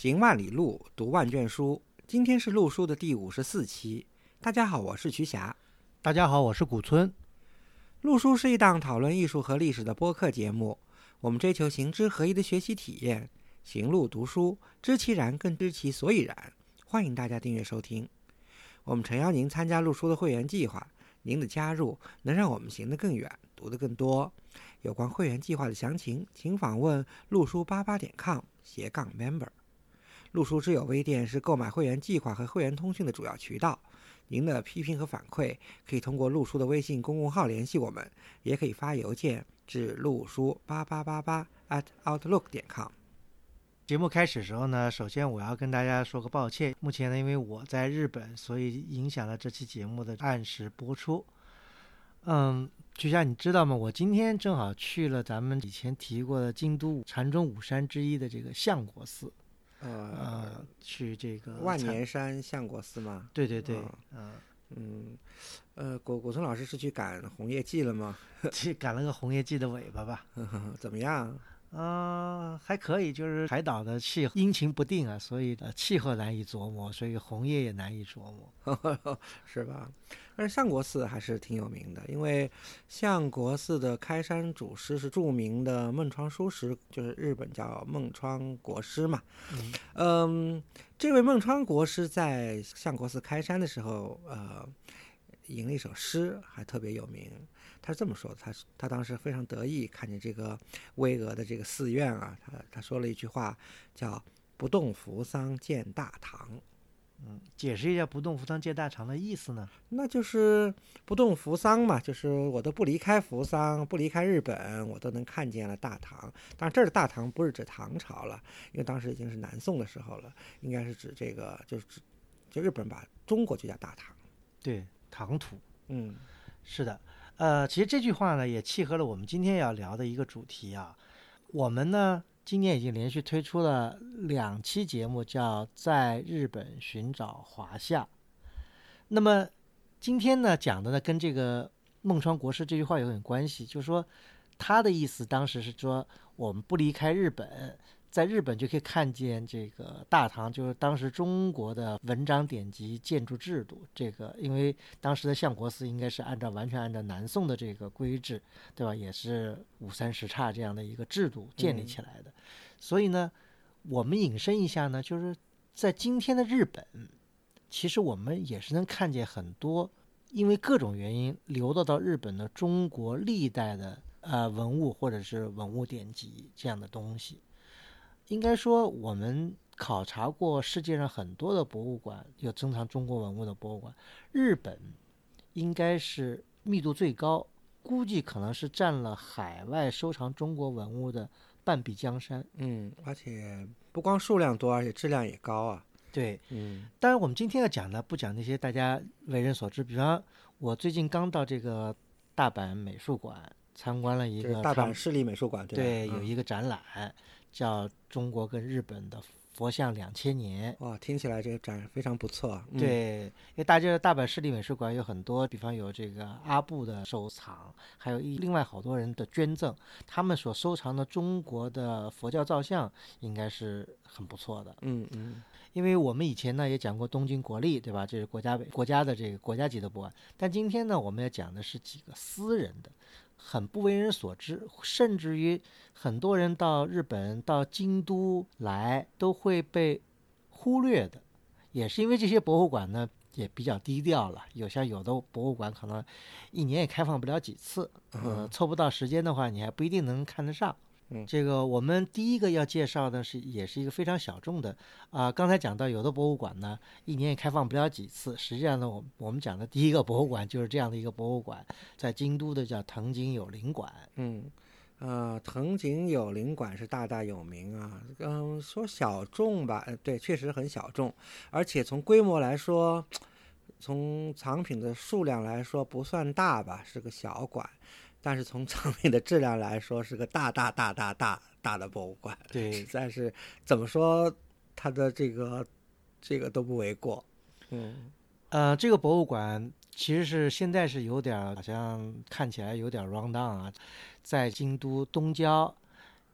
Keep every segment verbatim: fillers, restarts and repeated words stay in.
行万里路，读万卷书。今天是陆书的第五十四期。大家好，我是瞿霞。 大家好，我是古村。 陆书是一档讨论艺术和历史的播客节目，我们追求行知合一的学习体验，行路读书，知其然更知其所以然。欢迎大家订阅收听。我们诚邀您参加陆书的会员计划，您的加入能让我们行得更远，读得更多。有关会员计划的详情，请访问陆书八八点 com 斜杠 member。陆书之友微店是购买会员计划和会员通讯的主要渠道。您的批评和反馈可以通过陆书的微信公共号联系我们，也可以发邮件至陆书八八八八 at outlook 点 com。 节目开始的时候呢，首先我要跟大家说个抱歉，目前呢，因为我在日本，所以影响了这期节目的按时播出。嗯，瞿霞，你知道吗？我今天正好去了咱们以前提过的京都禅宗五山之一的这个相国寺。呃, 呃，去这个万年山相国寺吗？ 对对对，嗯、呃、 嗯，呃，古古村老师是去赶红叶季了吗？ 去赶了个红叶季的尾巴吧。 怎么样？ 呃，还可以，就是海岛的气候阴晴不定啊，所以呃气候难以琢磨，所以红叶也难以琢磨， 是吧？但是相国寺还是挺有名的，因为相国寺的开山祖师是著名的孟川书师，就是日本叫孟川国师嘛。嗯, 嗯，这位孟川国师在相国寺开山的时候，呃，吟了一首诗，还特别有名。他是这么说的，他他当时非常得意，看见这个巍峨的这个寺院啊，他他说了一句话，叫“不动扶桑见大唐”。 嗯，解释一下“不动扶桑见大唐”的意思呢？ 那就是不动扶桑嘛，就是我都不离开扶桑，不离开日本，我都能看见了大唐。当然，这儿的大唐不是指唐朝了，因为当时已经是南宋的时候了，应该是指这个，就是指就日本把中国就叫大唐。 对，唐土。 嗯， 是的。呃，其实这句话呢，也契合了我们今天要聊的一个主题啊。我们呢，今年已经连续推出了两期节目，叫《在日本寻找华夏》。那么今天呢，讲的呢，跟这个孟川国师这句话有点关系，就是说他的意思当时是说，我们不离开日本，在日本就可以看见这个大唐，就是当时中国的文章典籍建筑制度。这个因为当时的相国寺应该是按照完全按照南宋的这个规制，对吧？也是五三十差这样的一个制度建立起来的。嗯、所以呢，我们引申一下呢，就是在今天的日本，其实我们也是能看见很多因为各种原因流到到日本的中国历代的呃文物或者是文物典籍这样的东西。应该说，我们考察过世界上很多的博物馆，有珍藏中国文物的博物馆，日本应该是密度最高，估计可能是占了海外收藏中国文物的半壁江山。 嗯，而且不光数量多，而且质量也高啊。 对， 嗯， 当然我们今天要讲的不讲那些大家为人所知，比方我最近刚到这个大阪美术馆参观了一个大阪市立美术馆， 对吧？对，有一个展览。嗯，叫中国跟日本的佛像两千年。 哇，听起来这个展非常不错。 嗯、对，因为大家大阪市立美术馆有很多，比方有这个阿布的收藏，还有一另外好多人的捐赠，他们所收藏的中国的佛教造像应该是很不错的。 嗯嗯， 因为我们以前呢也讲过东京国立，对吧？这是国家国家的这个国家级的博物馆，但今天呢我们要讲的是几个私人的。很不为人所知，甚至于很多人到日本到京都来都会被忽略的，也是因为这些博物馆呢也比较低调了，有像有的博物馆可能一年也开放不了几次，呃，凑不到时间的话你还不一定能看得上。 嗯， 这个我们第一个要介绍的是也是一个非常小众的啊、呃，刚才讲到有的博物馆呢一年也开放不了几次，实际上呢我我们讲的第一个博物馆就是这样的一个博物馆，在京都的叫藤井有林馆。 嗯，呃，藤井有林馆是大大有名啊。嗯，说小众吧，对，确实很小众，而且从规模来说，从藏品的数量来说不算大吧，是个小馆。但是从藏品的质量来说，是个大大大大大大的博物馆。 对， 实在是怎么说，它的这个这个都不为过。嗯， 呃，这个博物馆其实是现在是有点好像看起来有点 run down 啊，在京都东郊，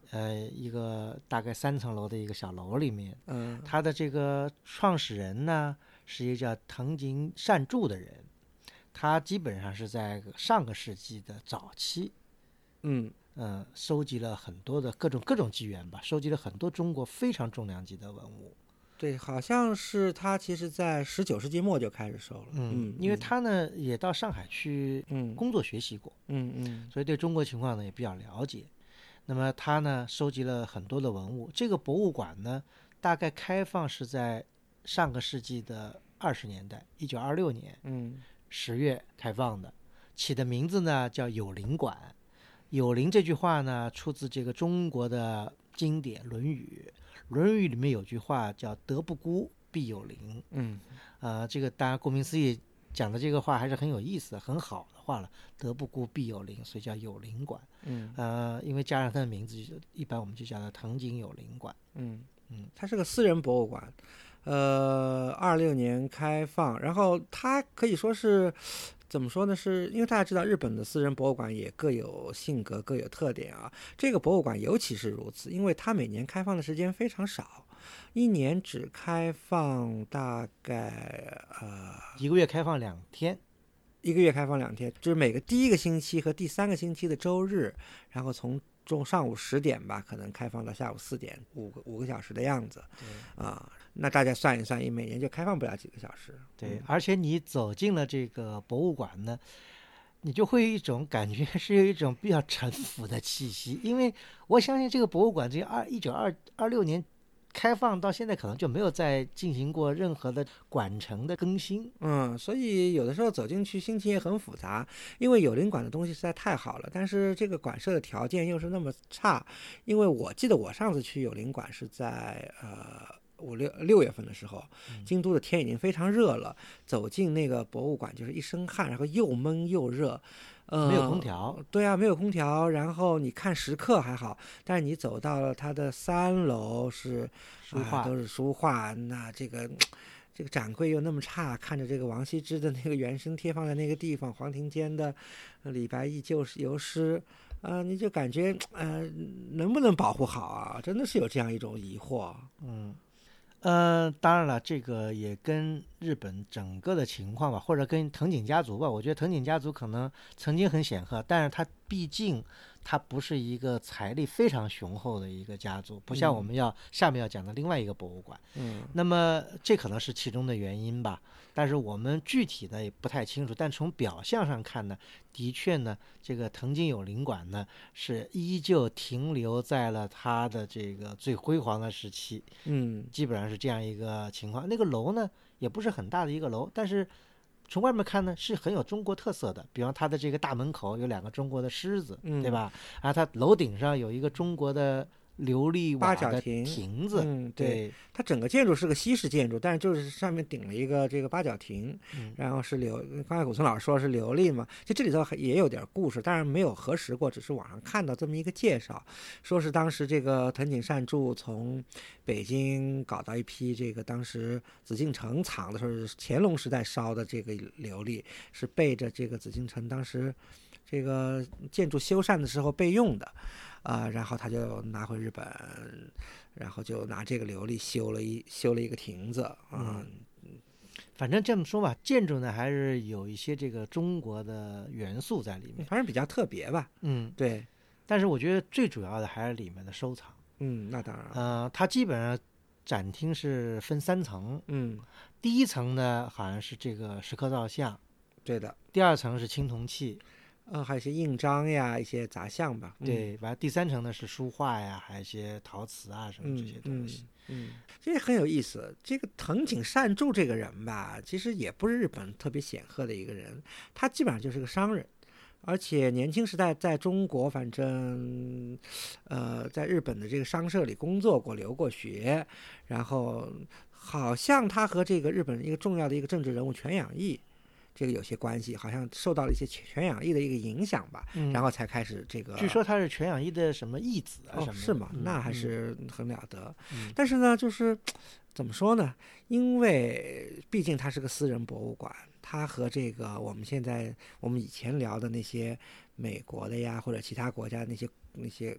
呃，一个大概三层楼的一个小楼里面。 嗯， 它的这个创始人呢是一个叫藤井善助的人，他基本上是在上个世纪的早期， 嗯嗯，收集了很多的各种各种机缘吧，收集了很多中国非常重量级的文物。 对，好像是他其实在十九世纪末就开始收了。嗯， 因为他呢也到上海去嗯工作学习过， 嗯嗯所以对中国情况呢也比较了解。那么他呢收集了很多的文物，这个博物馆呢大概开放是在上个世纪的二十年代，一九二六年嗯十月开放的，起的名字呢叫有灵馆。有灵这句话呢出自这个中国的经典《论语》，《论语》里面有句话叫德不孤，必有灵。 嗯呃，这个当然顾名思义，讲的这个话还是很有意思的，很好的话了。德不孤，必有灵，所以叫有灵馆。 嗯呃，因为加上他的名字，一般我们就叫它藤井有灵馆。 嗯嗯， 它是个私人博物馆，呃，二六年开放，然后它可以说是。怎么说呢？是因为大家知道，日本的私人博物馆也各有性格、各有特点啊。这个博物馆尤其是如此，因为它每年开放的时间非常少，一年只开放大概呃一个月开放两天。 一个月开放两天，就是每个第一个星期和第三个星期的周日，然后从中上午十点吧，可能开放到下午四点，五个五个小时的样子，啊，那大家算一算，每年就开放不了几个小时。 对， 嗯、 而且你走进了这个博物馆呢，你就会有一种感觉是有一种比较沉浮的气息，因为我相信这个博物馆这二一九二二六年开放到现在，可能就没有再进行过任何的馆程的更新。 嗯，所以有的时候走进去心情也很复杂，因为有灵馆的东西实在太好了，但是这个馆舍的条件又是那么差。因为我记得我上次去有灵馆是在呃五六六月份的时候，京都的天已经非常热了，走进那个博物馆就是一身汗，然后又闷又热。呃， 没有空调。 对啊，没有空调。然后你看石刻还好，但是你走到了它的三楼是书画、 啊、都是书画，那这个这个展柜又那么差，看着这个王羲之的那个原声贴放在那个地方，黄庭坚的呃李白忆旧游诗，呃，你就感觉呃能不能保护好啊？真的是有这样一种疑惑。 嗯。呃，当然了，这个也跟日本整个的情况吧，或者跟藤井家族吧。我觉得藤井家族可能曾经很显赫，但是他毕竟他不是一个财力非常雄厚的一个家族，不像我们要、嗯、下面要讲的另外一个博物馆。 嗯， 那么这可能是其中的原因吧，但是我们具体的也不太清楚。但从表象上看呢，的确呢，这个藤井有灵馆呢是依旧停留在了它的这个最辉煌的时期。 嗯， 基本上是这样一个情况。那个楼呢也不是很大的一个楼，但是从外面看呢是很有中国特色的，比方它的这个大门口有两个中国的狮子， 嗯、 对吧？然后它楼顶上有一个中国的琉璃瓦的亭亭子。 嗯， 对， 对，它整个建筑是个西式建筑，但是就是上面顶了一个这个八角亭， 嗯、 然后是琉，刚才古村老师说是琉璃嘛，就这里头也有点故事，当然没有核实过，只是网上看到这么一个介绍，说是当时这个藤井善助从北京搞到一批这个当时紫禁城藏的，说是乾隆时代烧的这个琉璃，是背着这个紫禁城当时这个建筑修缮的时候备用的。啊、呃，然后他就拿回日本，然后就拿这个琉璃修了一修了一个亭子啊、 嗯。反正这么说吧，建筑呢还是有一些这个中国的元素在里面， 反正比较特别吧。 嗯， 对。 但是我觉得最主要的还是里面的收藏。 嗯，那当然。 呃，它基本上展厅是分三层。 嗯， 第一层呢好像是这个石刻造像。 对的。 第二层是青铜器。 呃，还有一些印章呀，一些杂项吧。 对，完、嗯、第三层呢是书画呀，还有一些陶瓷啊什么这些东西。 嗯，这、嗯、也很有意思。这个藤井善助这个人吧，其实也不是日本特别显赫的一个人，他基本上就是个商人，而且年轻时代在中国，反正呃，在日本的这个商社里工作过，留过学，然后好像他和这个日本一个重要的一个政治人物全养义。这个有些关系，好像受到了一些全养义的一个影响吧、嗯，然后才开始这个。 据说他是全养义的什么义子啊什么、哦？ 是吗？那还是很了得。 嗯、 但是呢，就是怎么说呢？因为毕竟它是个私人博物馆，它和这个我们现在我们以前聊的那些美国的呀，或者其他国家的那些那些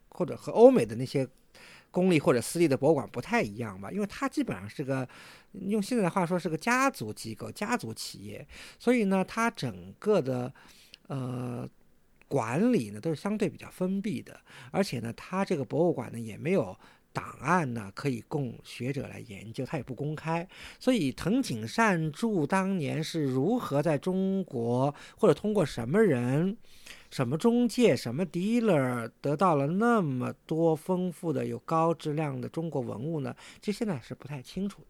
或者和欧美的那些公立或者私立的博物馆不太一样吧，因为它基本上是个，用现在的话说是个家族机构、家族企业，所以呢，它整个的呃管理呢都是相对比较封闭的，而且呢，它这个博物馆呢也没有档案呢可以供学者来研究，它也不公开。所以藤井善助当年是如何在中国，或者通过什么人、什么中介、什么 dealer 得到了那么多丰富的有高质量的中国文物呢？其实现在是不太清楚的。